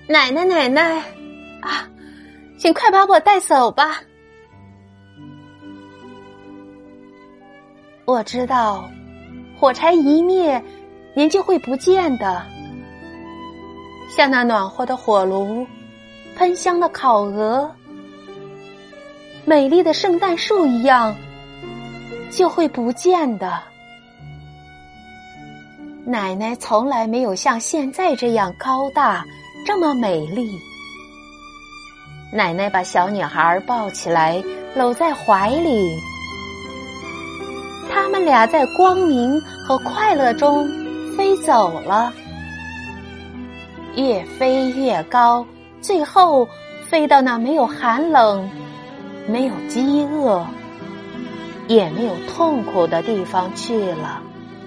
奶奶奶奶啊，请快把我带走吧。我知道火柴一灭，您就会不见的，像那暖和的火炉，喷香的烤鹅，美丽的圣诞树一样，就会不见的。奶奶从来没有像现在这样高大，这么美丽。奶奶把小女孩抱起来，搂在怀里。他们俩在光明和快乐中飞走了，越飞越高，最后飞到那没有寒冷、没有饥饿、也没有痛苦的地方去了。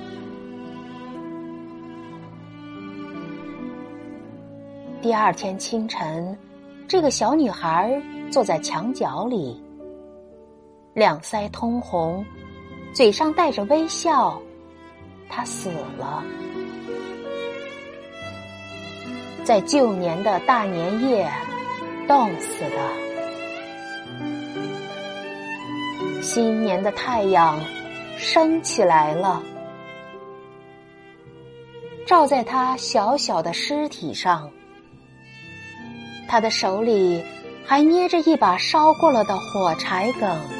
第二天清晨，这个小女孩坐在墙角里，两腮通红，嘴上带着微笑。她死了，在旧年的大年夜冻死的。新年的太阳升起来了，照在她小小的尸体上。他的手里还捏着一把烧过了的火柴梗。